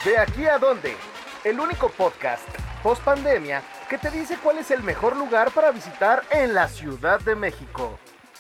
De aquí a dónde, el único podcast post pandemia que te dice cuál es el mejor lugar para visitar en la Ciudad de México.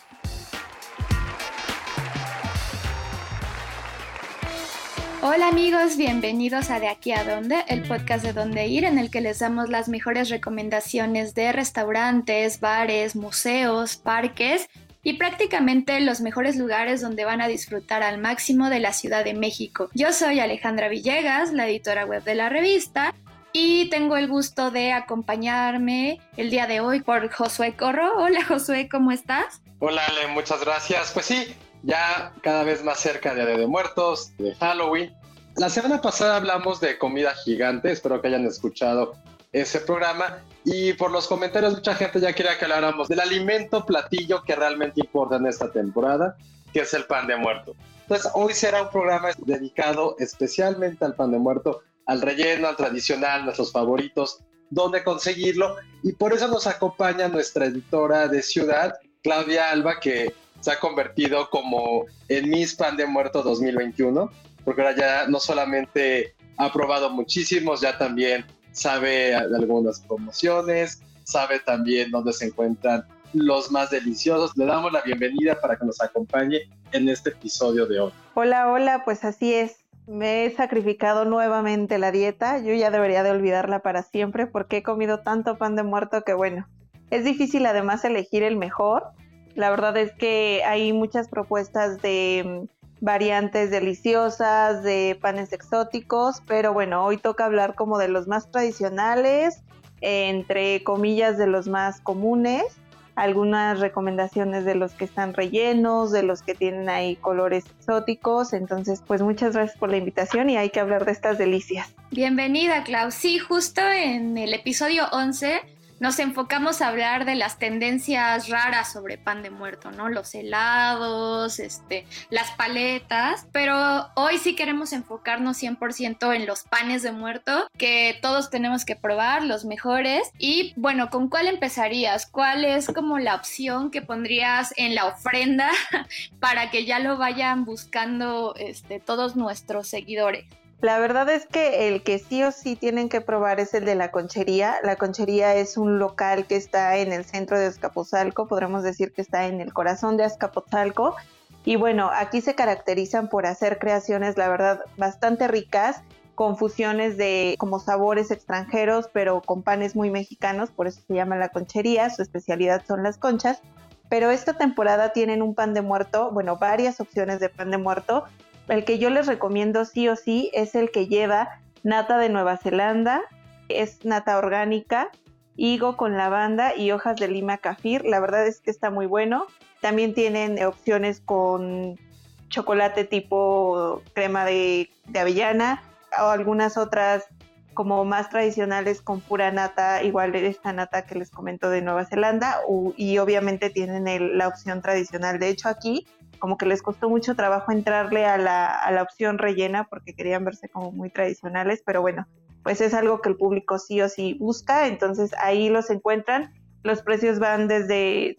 Hola amigos, bienvenidos a De aquí a dónde, el podcast de dónde ir en el que les damos las mejores recomendaciones de restaurantes, bares, museos, parques y prácticamente los mejores lugares donde van a disfrutar al máximo de la Ciudad de México. Yo soy Alejandra Villegas, la editora web de la revista, y tengo el gusto de acompañarme el día de hoy por Josué Corro. Hola Josué, ¿cómo estás? Hola Ale, muchas gracias. Pues sí, ya cada vez más cerca de Día de Muertos, de Halloween. La semana pasada hablamos de comida gigante, espero que hayan escuchado ese programa, y por los comentarios mucha gente ya quería que habláramos del alimento platillo que realmente importa en esta temporada, que es el pan de muerto. Entonces hoy será un programa dedicado especialmente al pan de muerto, al relleno, al tradicional, nuestros favoritos, dónde conseguirlo, y por eso nos acompaña nuestra editora de ciudad, Claudia Alba, que se ha convertido como en Miss Pan de Muerto 2021, porque ahora ya no solamente ha probado muchísimos, ya también sabe de algunas promociones, sabe también dónde se encuentran los más deliciosos. Le damos la bienvenida para que nos acompañe en este episodio de hoy. Hola, pues así es. Me he sacrificado nuevamente la dieta. Yo ya debería de olvidarla para siempre porque he comido tanto pan de muerto que bueno, es difícil además elegir el mejor. La verdad es que hay muchas propuestas de variantes deliciosas, de panes exóticos, pero bueno, hoy toca hablar como de los más tradicionales, entre comillas de los más comunes, algunas recomendaciones de los que están rellenos, de los que tienen ahí colores exóticos. Entonces, pues muchas gracias por la invitación y hay que hablar de estas delicias. Bienvenida, Clau. Sí, justo en el episodio 11 nos enfocamos a hablar de las tendencias raras sobre pan de muerto, ¿no? Los helados, las paletas, pero hoy sí queremos enfocarnos 100% en los panes de muerto que todos tenemos que probar, los mejores. Y bueno, ¿con cuál empezarías? ¿Cuál es como la opción que pondrías en la ofrenda para que ya lo vayan buscando todos nuestros seguidores? La verdad es que el que sí o sí tienen que probar es el de La Conchería. La Conchería es un local que está en el centro de Azcapotzalco, podríamos decir que está en el corazón de Azcapotzalco. Y bueno, aquí se caracterizan por hacer creaciones, la verdad, bastante ricas, con fusiones de como sabores extranjeros, pero con panes muy mexicanos, por eso se llama La Conchería, su especialidad son las conchas. Pero esta temporada tienen un pan de muerto, bueno, varias opciones de pan de muerto. El que yo les recomiendo sí o sí es el que lleva nata de Nueva Zelanda, es nata orgánica, higo con lavanda y hojas de lima kefir. La verdad es que está muy bueno. También tienen opciones con chocolate tipo crema de avellana o algunas otras como más tradicionales con pura nata, igual esta nata que les comento de Nueva Zelanda, y obviamente tienen la opción tradicional. De hecho aquí como que les costó mucho trabajo entrarle a la opción rellena porque querían verse como muy tradicionales, pero bueno, pues es algo que el público sí o sí busca, entonces ahí los encuentran. Los precios van desde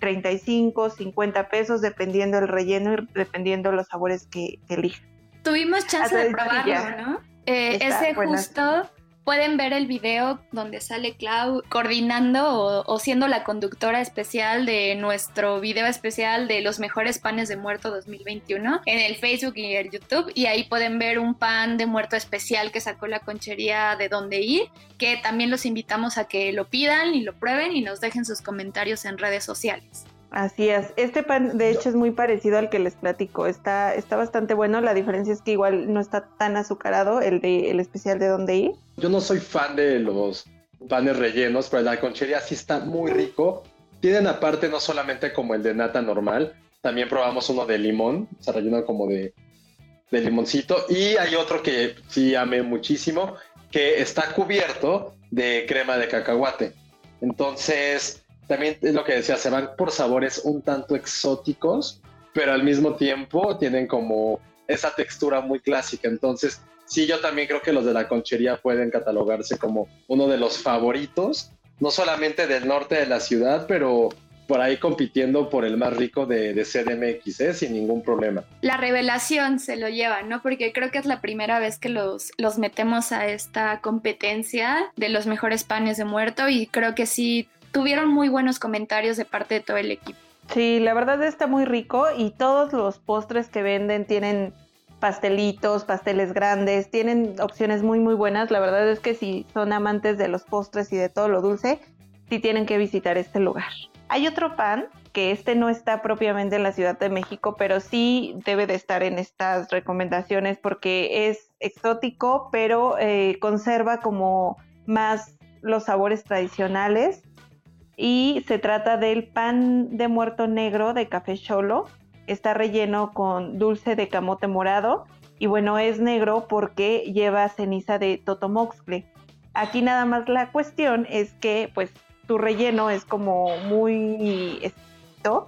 35, 50 pesos, dependiendo el relleno y dependiendo los sabores que elijan. Tuvimos chance de probarlo, ¿no? Ese bueno, justo pueden ver el video donde sale Clau coordinando o siendo la conductora especial de nuestro video especial de los mejores panes de muerto 2021 en el Facebook y el YouTube, y ahí pueden ver un pan de muerto especial que sacó La Conchería de Dónde Ir, que también los invitamos a que lo pidan y lo prueben y nos dejen sus comentarios en redes sociales. Así es, este pan de hecho es muy parecido al que les platico, está bastante bueno, la diferencia es que igual no está tan azucarado el especial de Dónde Ir. Yo no soy fan de los panes rellenos, pero La Conchería sí está muy rico. Tienen aparte no solamente como el de nata normal, también probamos uno de limón, se rellena como de limoncito, y hay otro que sí amé muchísimo, que está cubierto de crema de cacahuate. Entonces también es lo que decía, se van por sabores un tanto exóticos, pero al mismo tiempo tienen como esa textura muy clásica. Entonces, sí, yo también creo que los de La Conchería pueden catalogarse como uno de los favoritos, no solamente del norte de la ciudad, pero por ahí compitiendo por el más rico de CDMX, sin ningún problema. La revelación se lo lleva, ¿no? Porque creo que es la primera vez que los metemos a esta competencia de los mejores panes de muerto y creo que sí tuvieron muy buenos comentarios de parte de todo el equipo. Sí, la verdad está muy rico y todos los postres que venden tienen pastelitos, pasteles grandes, tienen opciones muy muy buenas. La verdad es que si son amantes de los postres y de todo lo dulce, sí tienen que visitar este lugar. Hay otro pan que no está propiamente en la Ciudad de México, pero sí debe de estar en estas recomendaciones porque es exótico, pero conserva como más los sabores tradicionales. Y se trata del pan de muerto negro de Café Xolo. Está relleno con dulce de camote morado y bueno, es negro porque lleva ceniza de totomoxcle. Aquí nada más la cuestión es que pues su relleno es como muy estricto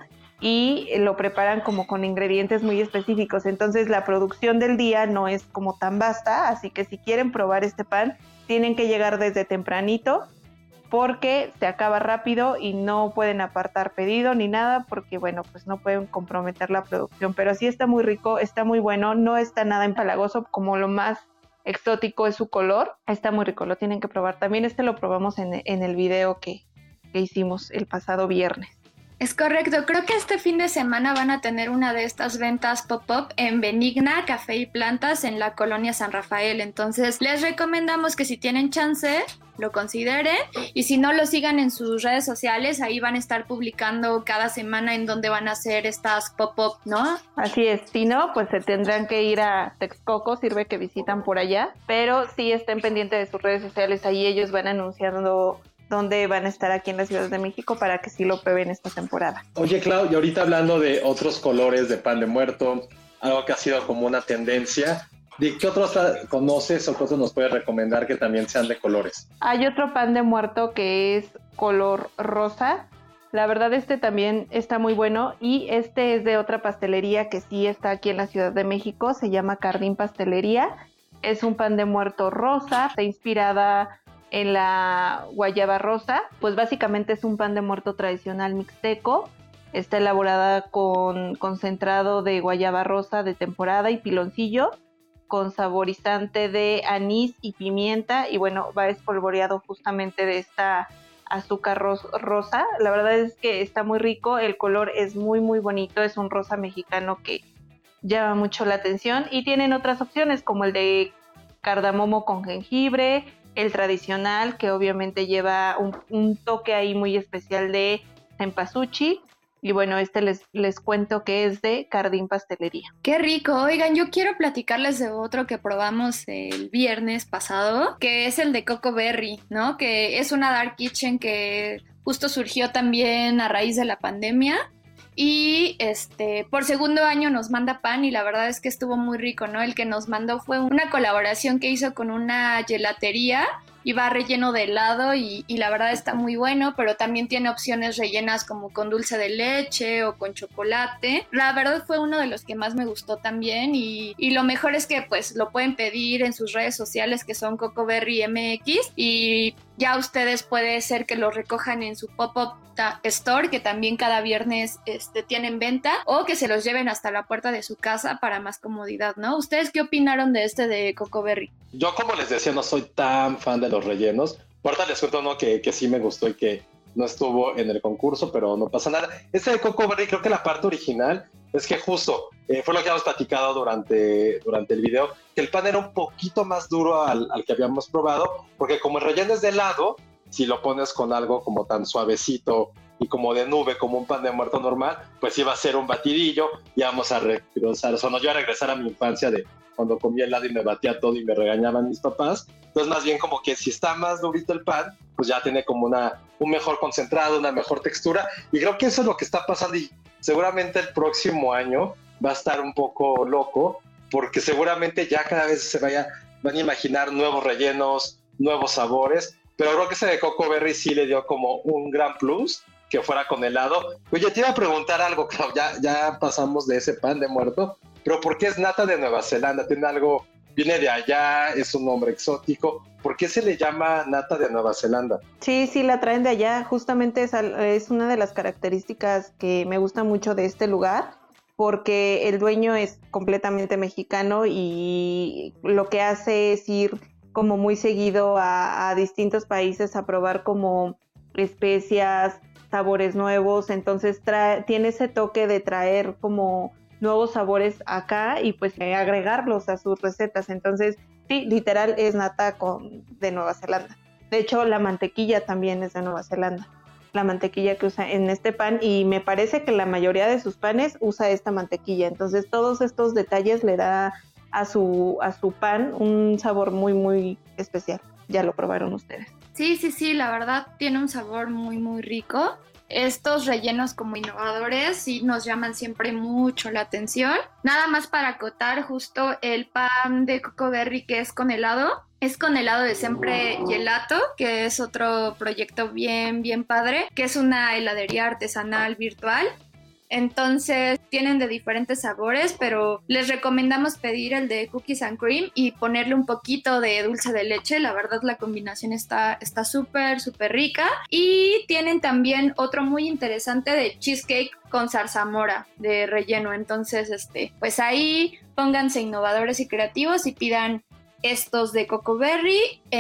y lo preparan como con ingredientes muy específicos, entonces la producción del día no es como tan vasta, así que si quieren probar este pan tienen que llegar desde tempranito porque se acaba rápido y no pueden apartar pedido ni nada porque, bueno, pues no pueden comprometer la producción. Pero sí está muy rico, está muy bueno, no está nada empalagoso, como lo más exótico es su color. Está muy rico, lo tienen que probar. También lo probamos en el video que hicimos el pasado viernes. Es correcto, creo que este fin de semana van a tener una de estas ventas pop-up en Benigna, Café y Plantas en la colonia San Rafael, entonces les recomendamos que si tienen chance lo consideren y si no lo sigan en sus redes sociales, ahí van a estar publicando cada semana en dónde van a hacer estas pop-up, ¿no? Así es, si no, pues se tendrán que ir a Texcoco, sirve que visitan por allá, pero sí estén pendientes de sus redes sociales, ahí ellos van anunciando dónde van a estar aquí en la Ciudad de México para que sí lo prueben esta temporada. Oye, Clau, y ahorita hablando de otros colores de pan de muerto, algo que ha sido como una tendencia, ¿de qué otros conoces o qué otros nos puedes recomendar que también sean de colores? Hay otro pan de muerto que es color rosa. La verdad también está muy bueno y es de otra pastelería que sí está aquí en la Ciudad de México, se llama Cardín Pastelería. Es un pan de muerto rosa, está inspirada en la guayaba rosa, pues básicamente es un pan de muerto tradicional mixteco, está elaborada con concentrado de guayaba rosa de temporada y piloncillo, con saborizante de anís y pimienta, y bueno, va espolvoreado justamente de esta azúcar rosa. La verdad es que está muy rico, el color es muy muy bonito, es un rosa mexicano que llama mucho la atención, y tienen otras opciones como el de cardamomo con jengibre, el tradicional, que obviamente lleva un toque ahí muy especial de cempasúchil. Y bueno, les cuento que es de Cardín Pastelería. ¡Qué rico! Oigan, yo quiero platicarles de otro que probamos el viernes pasado, que es el de Coco Berry, ¿no? Que es una dark kitchen que justo surgió también a raíz de la pandemia. Y por segundo año nos manda pan y la verdad es que estuvo muy rico, ¿no? El que nos mandó fue una colaboración que hizo con una gelatería y va relleno de helado y la verdad está muy bueno, pero también tiene opciones rellenas como con dulce de leche o con chocolate. La verdad fue uno de los que más me gustó también y lo mejor es que pues lo pueden pedir en sus redes sociales que son Coco Berry MX y ya ustedes puede ser que lo recojan en su pop-up store que también cada viernes tienen venta o que se los lleven hasta la puerta de su casa para más comodidad, ¿no? ¿Ustedes qué opinaron de de Coco Berry? Yo, como les decía, no soy tan fan de los rellenos. Ahorita les cuento uno que sí me gustó y que no estuvo en el concurso, pero no pasa nada. De Coco Berry, creo que la parte original es que justo fue lo que habíamos platicado durante el video, que el pan era un poquito más duro al que habíamos probado, porque como el relleno es de helado, si lo pones con algo como tan suavecito y como de nube, como un pan de muerto normal, pues iba a ser un batidillo y vamos a regresar, o sea, no, yo iba a regresar a mi infancia de cuando comía helado y me batía todo y me regañaban mis papás. Entonces más bien como que si está más durito el pan, pues ya tiene como un mejor concentrado, una mejor textura, y creo que eso es lo que está pasando y seguramente el próximo año va a estar un poco loco, porque seguramente ya cada vez van a imaginar nuevos rellenos, nuevos sabores, pero creo que ese de Coco Berry sí le dio como un gran plus, que fuera con helado. Oye, te iba a preguntar algo, Clau, ya pasamos de ese pan de muerto, pero ¿por qué es nata de Nueva Zelanda? ¿Tiene algo, viene de allá, es un nombre exótico? ¿por qué se le llama nata de Nueva Zelanda? Sí, la traen de allá. Justamente es una de las características que me gusta mucho de este lugar, porque el dueño es completamente mexicano y lo que hace es ir como muy seguido a distintos países a probar como especias, sabores nuevos. Entonces tiene ese toque de traer como nuevos sabores acá y pues agregarlos a sus recetas. Entonces, sí, literal es nata de Nueva Zelanda. De hecho, la mantequilla también es de Nueva Zelanda. La mantequilla que usa en este pan, y me parece que la mayoría de sus panes usa esta mantequilla. Entonces, todos estos detalles le da a su pan un sabor muy, muy especial. Ya lo probaron ustedes. Sí, la verdad tiene un sabor muy, muy rico. Estos rellenos como innovadores sí nos llaman siempre mucho la atención. Nada más para acotar, justo el pan de Coco Berry que es con helado de Sempre Gelato, que es otro proyecto bien, bien padre, que es una heladería artesanal virtual. Entonces tienen de diferentes sabores, pero les recomendamos pedir el de cookies and cream y ponerle un poquito de dulce de leche. La verdad la combinación está súper, súper rica. Y tienen también otro muy interesante de cheesecake con zarzamora de relleno. Entonces, pues ahí pónganse innovadores y creativos y pidan estos de Coco Berry.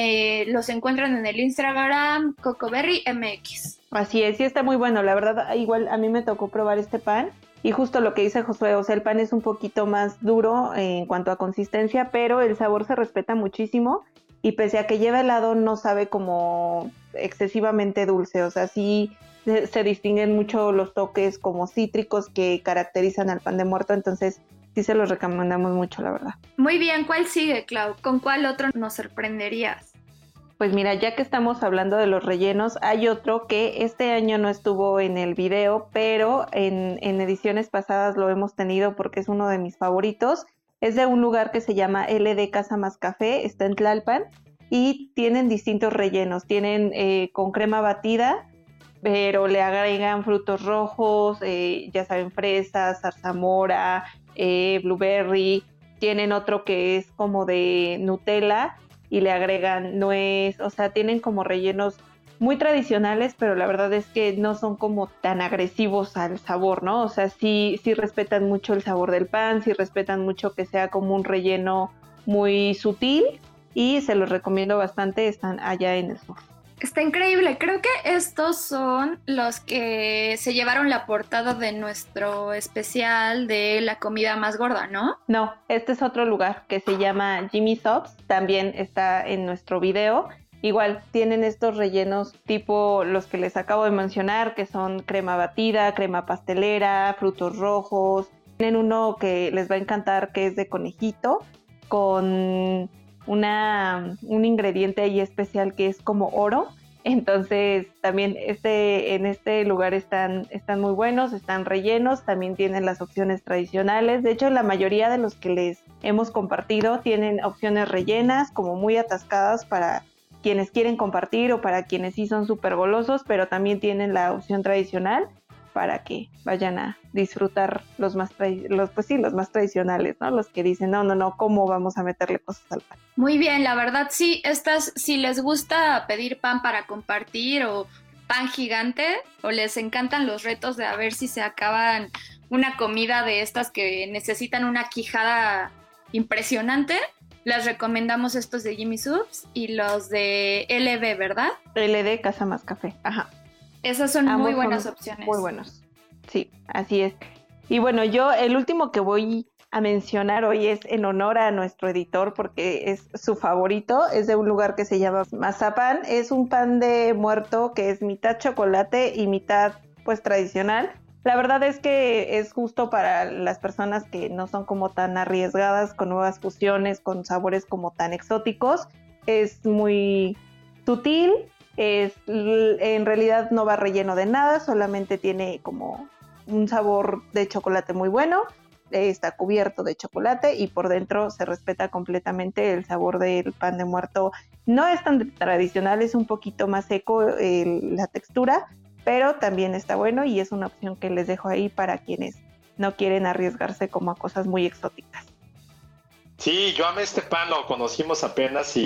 Los encuentran en el Instagram Coco Berry MX. Así es, sí está muy bueno, la verdad. Igual a mí me tocó probar este pan y justo lo que dice Josué, o sea, el pan es un poquito más duro en cuanto a consistencia, pero el sabor se respeta muchísimo y pese a que lleva helado no sabe como excesivamente dulce. O sea, sí se distinguen mucho los toques como cítricos que caracterizan al pan de muerto. Entonces sí se los recomendamos mucho, la verdad. Muy bien, ¿cuál sigue, Clau? ¿Con cuál otro nos sorprenderías? Pues mira, ya que estamos hablando de los rellenos, hay otro que este año no estuvo en el video, pero en ediciones pasadas lo hemos tenido porque es uno de mis favoritos. Es de un lugar que se llama LD Casa Más Café, está en Tlalpan, y tienen distintos rellenos. Tienen con crema batida, pero le agregan frutos rojos, ya saben, fresas, zarzamora, blueberry. Tienen otro que es como de Nutella y le agregan nuez. O sea, tienen como rellenos muy tradicionales, pero la verdad es que no son como tan agresivos al sabor, ¿no? O sea, sí respetan mucho el sabor del pan, sí respetan mucho que sea como un relleno muy sutil, y se los recomiendo bastante. Están allá en el sur. Está increíble, creo que estos son los que se llevaron la portada de nuestro especial de la comida más gorda, ¿no? No, este es otro lugar que se llama Jimmy Sobs, también está en nuestro video. Igual tienen estos rellenos tipo los que les acabo de mencionar, que son crema batida, crema pastelera, frutos rojos. Tienen uno que les va a encantar que es de conejito con un ingrediente ahí especial que es como oro. Entonces también en este lugar están muy buenos, están rellenos, también tienen las opciones tradicionales. De hecho, la mayoría de los que les hemos compartido tienen opciones rellenas, como muy atascadas para quienes quieren compartir o para quienes sí son súper golosos, pero también tienen la opción tradicional para que vayan a disfrutar los más tradicionales, ¿no? Los que dicen, no, ¿cómo vamos a meterle cosas al pan? Muy bien, la verdad sí, si les gusta pedir pan para compartir o pan gigante, o les encantan los retos de a ver si se acaban una comida de estas que necesitan una quijada impresionante, les recomendamos estos de Jimmy Sobs y los de LB, ¿verdad? LD Casa Más Café, ajá. Esas son muy buenas opciones. Muy buenos, sí, así es. Y bueno, yo el último que voy a mencionar hoy es en honor a nuestro editor porque es su favorito. Es de un lugar que se llama Mazapán. Es un pan de muerto que es mitad chocolate y mitad pues tradicional. La verdad es que es justo para las personas que no son como tan arriesgadas con nuevas fusiones, con sabores como tan exóticos. Es muy sutil. En realidad no va relleno de nada, solamente tiene como un sabor de chocolate muy bueno, está cubierto de chocolate y por dentro se respeta completamente el sabor del pan de muerto. No es tan tradicional, es un poquito más seco la textura, pero también está bueno y es una opción que les dejo ahí para quienes no quieren arriesgarse como a cosas muy exóticas. Sí, yo amé este pan, lo conocimos apenas y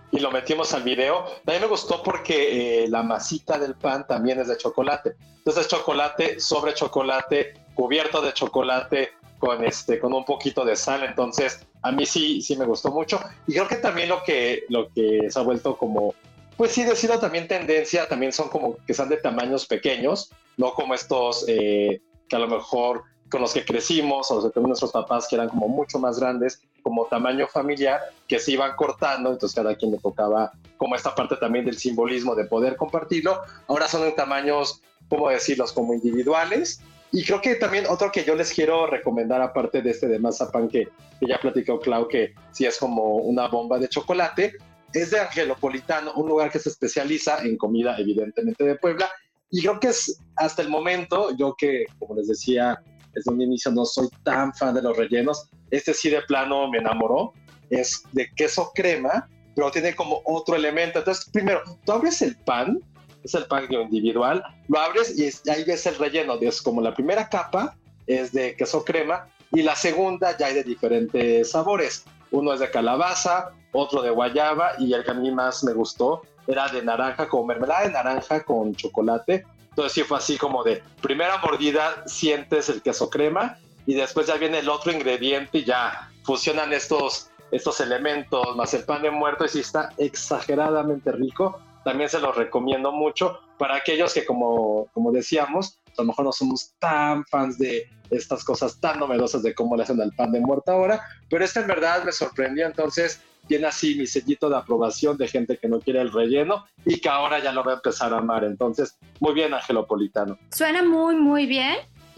y lo metimos al video. A mí me gustó porque la masita del pan también es de chocolate. Entonces es chocolate sobre chocolate, cubierto de chocolate con un poquito de sal. Entonces a mí sí me gustó mucho. Y creo que también lo que se ha vuelto como, pues sí, decirlo también tendencia, también son como que sean de tamaños pequeños, no como estos que a lo mejor con los que crecimos, o los que tuvieron nuestros papás, que eran como mucho más grandes, como tamaño familiar, que se iban cortando, entonces cada quien le tocaba como esta parte también del simbolismo de poder compartirlo. Ahora son en tamaños, ¿cómo decirlos?, como individuales. Y creo que también otro que yo les quiero recomendar, aparte de de mazapán que ya platicó Clau, que sí es como una bomba de chocolate, es de Angelopolitano, un lugar que se especializa en comida, evidentemente, de Puebla. Y creo que es hasta el momento, yo que, como les decía, desde un inicio no soy tan fan de los rellenos, sí de plano me enamoró. Es de queso crema, pero tiene como otro elemento. Entonces, primero, tú abres el pan, es el pan individual, lo abres y ahí ves el relleno. Es como la primera capa es de queso crema y la segunda ya hay de diferentes sabores. Uno es de calabaza, otro de guayaba, y el que a mí más me gustó era de naranja, como mermelada de naranja con chocolate. Entonces sí fue así como de primera mordida sientes el queso crema y después ya viene el otro ingrediente y ya fusionan estos elementos más el pan de muerto, y sí está exageradamente rico. También se los recomiendo mucho para aquellos que, como decíamos, a lo mejor no somos tan fans de estas cosas tan novedosas de cómo le hacen al pan de muerto ahora, pero en verdad me sorprendió. Entonces tiene así mi sellito de aprobación de gente que no quiere el relleno y que ahora ya lo va a empezar a amar. Entonces, muy bien, Angelopolitano. Suena muy, muy bien.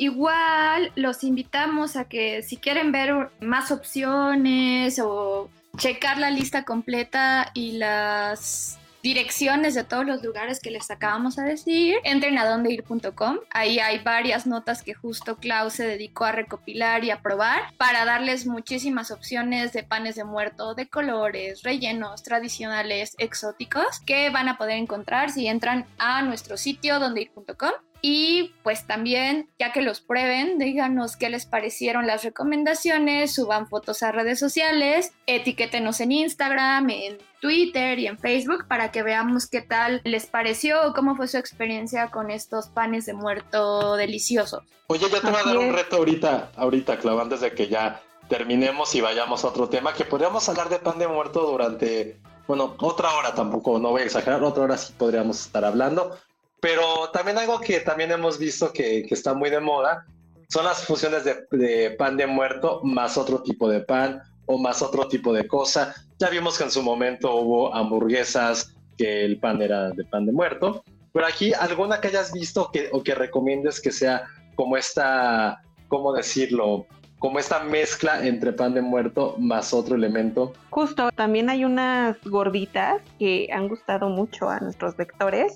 Igual los invitamos a que si quieren ver más opciones o checar la lista completa y las direcciones de todos los lugares que les acabamos de decir, entren a dondeir.com. Ahí hay varias notas que justo Clau se dedicó a recopilar y a probar para darles muchísimas opciones de panes de muerto, de colores, rellenos, tradicionales, exóticos, que van a poder encontrar si entran a nuestro sitio dondeir.com. Y pues también, ya que los prueben, díganos qué les parecieron las recomendaciones, suban fotos a redes sociales, etiquétenos en Instagram, en Twitter y en Facebook para que veamos qué tal les pareció o cómo fue su experiencia con estos panes de muerto deliciosos. Oye, ya te voy a dar un reto ahorita, Clau, antes de que ya terminemos y vayamos a otro tema, que podríamos hablar de pan de muerto durante, otra hora, tampoco, no voy a exagerar, otra hora sí podríamos estar hablando. Pero también algo que también hemos visto que está muy de moda son las fusiones de pan de muerto más otro tipo de pan o más otro tipo de cosa. Ya vimos que en su momento hubo hamburguesas que el pan era de pan de muerto, pero aquí alguna que hayas visto o que recomiendes que sea como esta, ¿cómo decirlo?, como esta mezcla entre pan de muerto más otro elemento. Justo, también hay unas gorditas que han gustado mucho a nuestros lectores.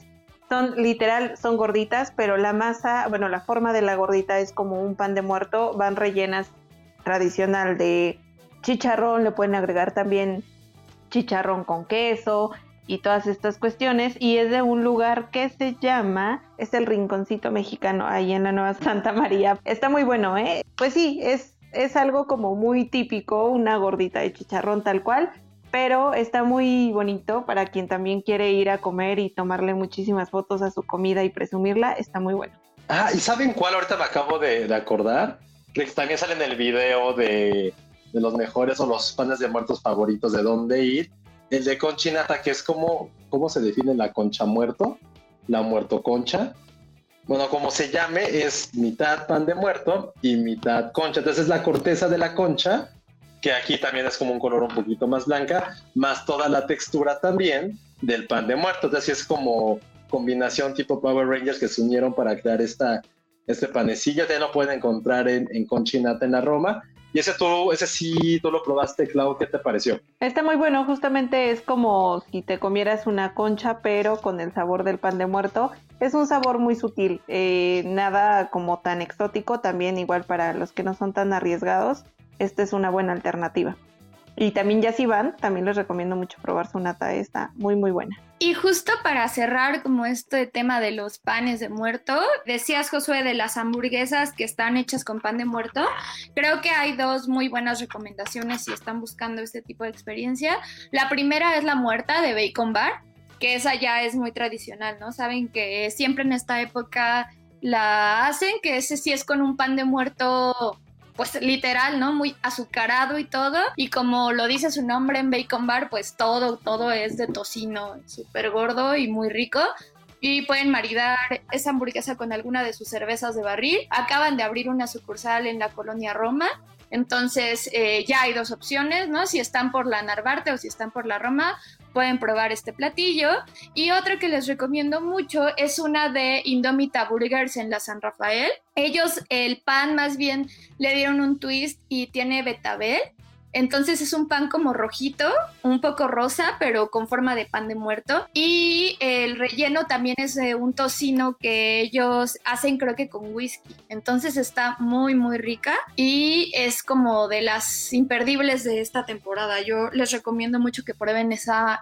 Son gorditas, pero la masa, la forma de la gordita es como un pan de muerto. Van rellenas tradicional de chicharrón, le pueden agregar también chicharrón con queso y todas estas cuestiones. Y es de un lugar que se llama, es el Rinconcito Mexicano, ahí en la Nueva Santa María. Está muy bueno, ¿eh? Pues sí, es algo como muy típico, una gordita de chicharrón tal cual. Pero está muy bonito para quien también quiere ir a comer y tomarle muchísimas fotos a su comida y presumirla. Está muy bueno. Ah, ¿y saben cuál? Ahorita me acabo de acordar. Que también sale en el video de los mejores o los panes de muertos favoritos de dónde ir. El de conchinata, que es como, ¿cómo se define la concha muerto? La muerto concha. Bueno, como se llame, es mitad pan de muerto y mitad concha. Entonces es la corteza de la concha, que aquí también es como un color un poquito más blanca, más toda la textura también del pan de muerto. Entonces es como combinación tipo Power Rangers que se unieron para crear este panecillo. Ya lo pueden encontrar en Conchinata en la Roma. Y ese sí, tú lo probaste, Clau, ¿qué te pareció? Está muy bueno, justamente es como si te comieras una concha, pero con el sabor del pan de muerto. Es un sabor muy sutil, nada como tan exótico, también igual para los que no son tan arriesgados. Esta es una buena alternativa. Y también ya si van, también les recomiendo mucho probar su nata, está muy muy buena. Y justo para cerrar como este tema de los panes de muerto, decías, Josué, de las hamburguesas que están hechas con pan de muerto. Creo que hay dos muy buenas recomendaciones si están buscando este tipo de experiencia. La primera es la muerta de Bacon Bar, que esa ya es muy tradicional, ¿no? Saben que siempre en esta época la hacen, que ese sí es con un pan de muerto, pues literal, ¿no? Muy azucarado y todo. Y como lo dice su nombre en Bacon Bar, pues todo es de tocino, súper gordo y muy rico. Y pueden maridar esa hamburguesa con alguna de sus cervezas de barril. Acaban de abrir una sucursal en la colonia Roma. Entonces ya hay dos opciones, ¿no? Si están por la Narvarte o si están por la Roma, pueden probar este platillo. Y otra que les recomiendo mucho es una de Indomita Burgers en la San Rafael. Ellos el pan más bien le dieron un twist y tiene betabel. Entonces es un pan como rojito, un poco rosa, pero con forma de pan de muerto. Y el relleno también es de un tocino que ellos hacen, creo que con whisky. Entonces está muy, muy rica y es como de las imperdibles de esta temporada. Yo les recomiendo mucho que prueben esa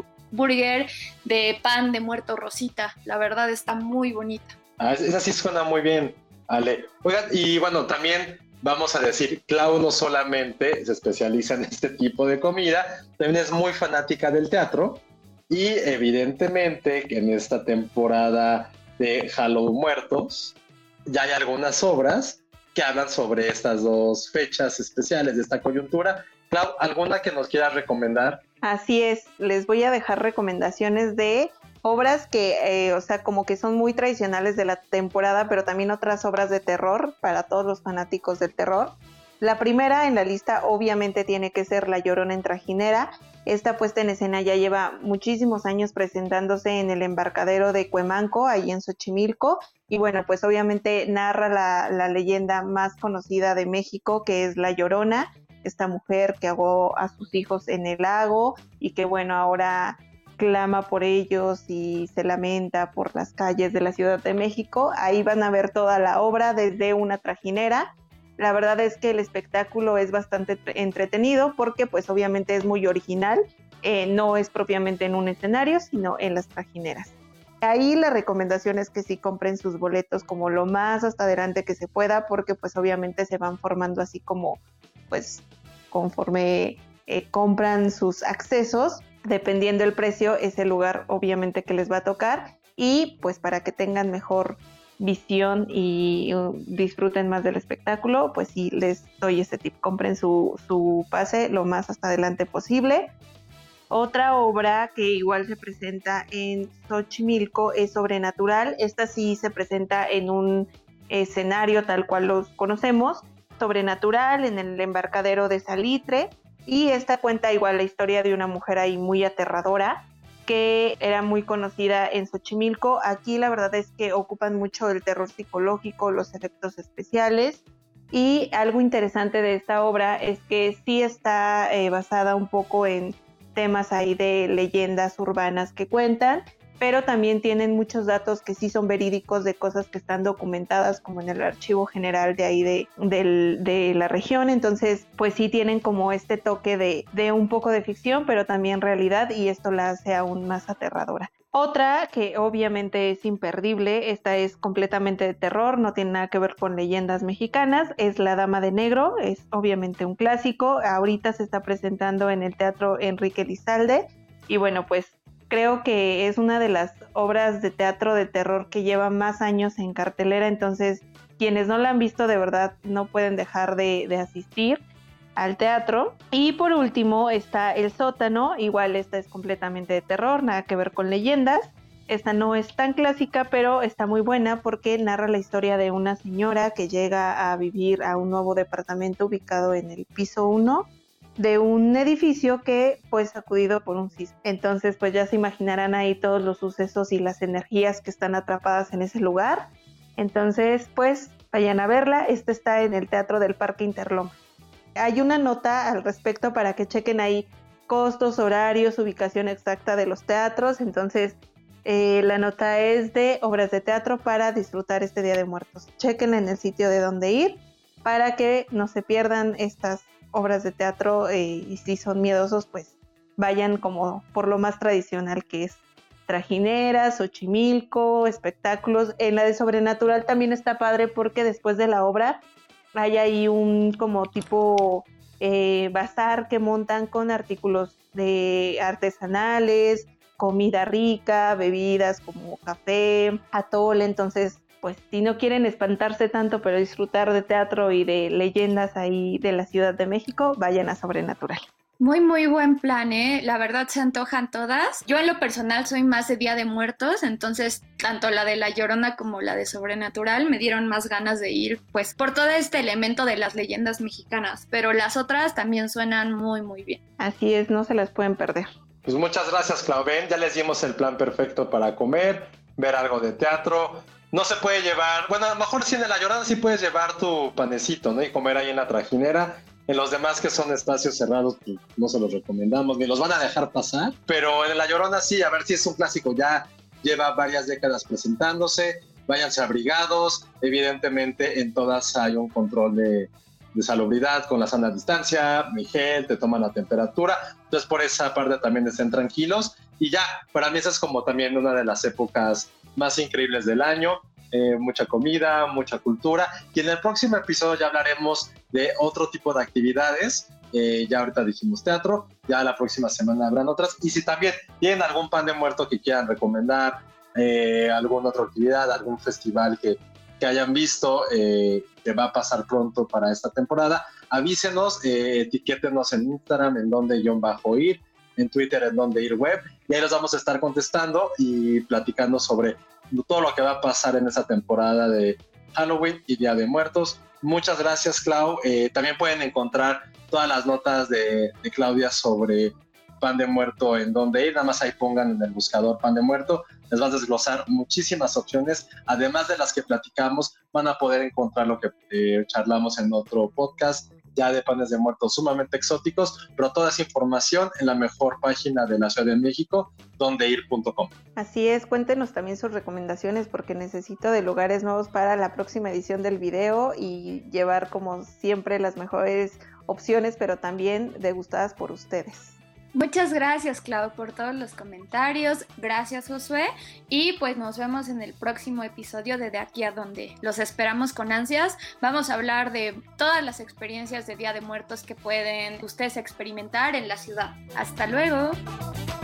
burger de pan de muerto rosita. La verdad está muy bonita. Esa sí suena muy bien, Ale. Oigan, y bueno, también vamos a decir, Clau no solamente se especializa en este tipo de comida, también es muy fanática del teatro y evidentemente que en esta temporada de Halloween Muertos ya hay algunas obras que hablan sobre estas dos fechas especiales de esta coyuntura. Clau, ¿alguna que nos quieras recomendar? Así es, les voy a dejar recomendaciones de obras que, o sea, como que son muy tradicionales de la temporada, pero también otras obras de terror para todos los fanáticos del terror. La primera en la lista obviamente tiene que ser La Llorona en Trajinera. Esta puesta en escena ya lleva muchísimos años presentándose en el embarcadero de Cuemanco, ahí en Xochimilco, y bueno, pues obviamente narra la leyenda más conocida de México, que es La Llorona, esta mujer que ahogó a sus hijos en el lago y que bueno, ahora clama por ellos y se lamenta por las calles de la Ciudad de México. Ahí van a ver toda la obra desde una trajinera. La verdad es que el espectáculo es bastante entretenido porque pues obviamente es muy original, no es propiamente en un escenario, sino en las trajineras. Ahí la recomendación es que sí compren sus boletos como lo más hasta adelante que se pueda, porque pues obviamente se van formando así como pues conforme compran sus accesos, dependiendo el precio, es el lugar obviamente que les va a tocar, y pues para que tengan mejor visión y disfruten más del espectáculo, pues sí les doy ese tip, compren su pase lo más hasta adelante posible. Otra obra que igual se presenta en Xochimilco es Sobrenatural. Esta sí se presenta en un escenario tal cual los conocemos, Sobrenatural, en el embarcadero de Salitre, y esta cuenta igual la historia de una mujer ahí muy aterradora que era muy conocida en Xochimilco. Aquí la verdad es que ocupan mucho el terror psicológico, los efectos especiales, y algo interesante de esta obra es que sí está basada un poco en temas ahí de leyendas urbanas que cuentan, pero también tienen muchos datos que sí son verídicos de cosas que están documentadas como en el archivo general de ahí de la región. Entonces pues sí tienen como este toque de un poco de ficción, pero también realidad, y esto la hace aún más aterradora. Otra que obviamente es imperdible, esta es completamente de terror, no tiene nada que ver con leyendas mexicanas, es La Dama de Negro, es obviamente un clásico. Ahorita se está presentando en el Teatro Enrique Lizalde y bueno, pues creo que es una de las obras de teatro de terror que lleva más años en cartelera, entonces quienes no la han visto de verdad no pueden dejar de asistir al teatro. Y por último está El Sótano, igual esta es completamente de terror, nada que ver con leyendas. Esta no es tan clásica, pero está muy buena porque narra la historia de una señora que llega a vivir a un nuevo departamento ubicado en el piso 1 de un edificio que fue sacudido por un sismo. Entonces pues ya se imaginarán ahí todos los sucesos y las energías que están atrapadas en ese lugar. Entonces pues vayan a verla. Esta está en el Teatro del Parque Interlomas. Hay una nota al respecto para que chequen ahí costos, horarios, ubicación exacta de los teatros. Entonces la nota es de obras de teatro para disfrutar este Día de Muertos. Chequen en el sitio de dónde ir para que no se pierdan estas obras de teatro, y si son miedosos pues vayan como por lo más tradicional que es trajineras, Xochimilco, espectáculos. En la de Sobrenatural también está padre porque después de la obra hay ahí un como tipo bazar que montan con artículos de artesanales, comida rica, bebidas como café, atole. Entonces, pues si no quieren espantarse tanto, pero disfrutar de teatro y de leyendas ahí de la Ciudad de México, vayan a Sobrenatural. Muy, muy buen plan, ¿eh? La verdad se antojan todas. Yo en lo personal soy más de Día de Muertos, entonces tanto la de La Llorona como la de Sobrenatural me dieron más ganas de ir, pues por todo este elemento de las leyendas mexicanas, pero las otras también suenan muy, muy bien. Así es, no se las pueden perder. Pues muchas gracias, Clau. Ven, ya les dimos el plan perfecto para comer, ver algo de teatro. No se puede llevar, bueno, a lo mejor sí en La Llorona sí puedes llevar tu panecito, ¿no? Y comer ahí en la trajinera. En los demás que son espacios cerrados, pues no se los recomendamos, ni los van a dejar pasar. Pero en La Llorona sí, a ver si es un clásico. Ya lleva varias décadas presentándose. Váyanse abrigados. Evidentemente en todas hay un control de salubridad con la sana distancia, mi gel, te toman la temperatura. Entonces por esa parte también estén tranquilos. Y ya, para mí esa es como también una de las épocas más increíbles del año. Mucha comida, mucha cultura, y en el próximo episodio ya hablaremos de otro tipo de actividades. Ya ahorita dijimos teatro, ya la próxima semana habrán otras, y si también tienen algún pan de muerto que quieran recomendar, alguna otra actividad, algún festival que hayan visto que va a pasar pronto para esta temporada, avísenos, etiquétenos en Instagram en donde_ir, en Twitter en donde ir web, y ahí los vamos a estar contestando y platicando sobre todo lo que va a pasar en esta temporada de Halloween y Día de Muertos. Muchas gracias, Clau. También pueden encontrar todas las notas de Claudia sobre pan de muerto en donde ir. Nada más ahí pongan en el buscador pan de muerto. Les va a desglosar muchísimas opciones. Además de las que platicamos, van a poder encontrar lo que charlamos en otro podcast, ya de panes de muertos sumamente exóticos, pero toda esa información en la mejor página de la Ciudad de México, dondeir.com. Así es, cuéntenos también sus recomendaciones porque necesito de lugares nuevos para la próxima edición del video y llevar como siempre las mejores opciones, pero también degustadas por ustedes. Muchas gracias, Clau, por todos los comentarios. Gracias, Josué. Y pues nos vemos en el próximo episodio de Aquí a Donde. Los esperamos con ansias. Vamos a hablar de todas las experiencias de Día de Muertos que pueden ustedes experimentar en la ciudad. ¡Hasta luego!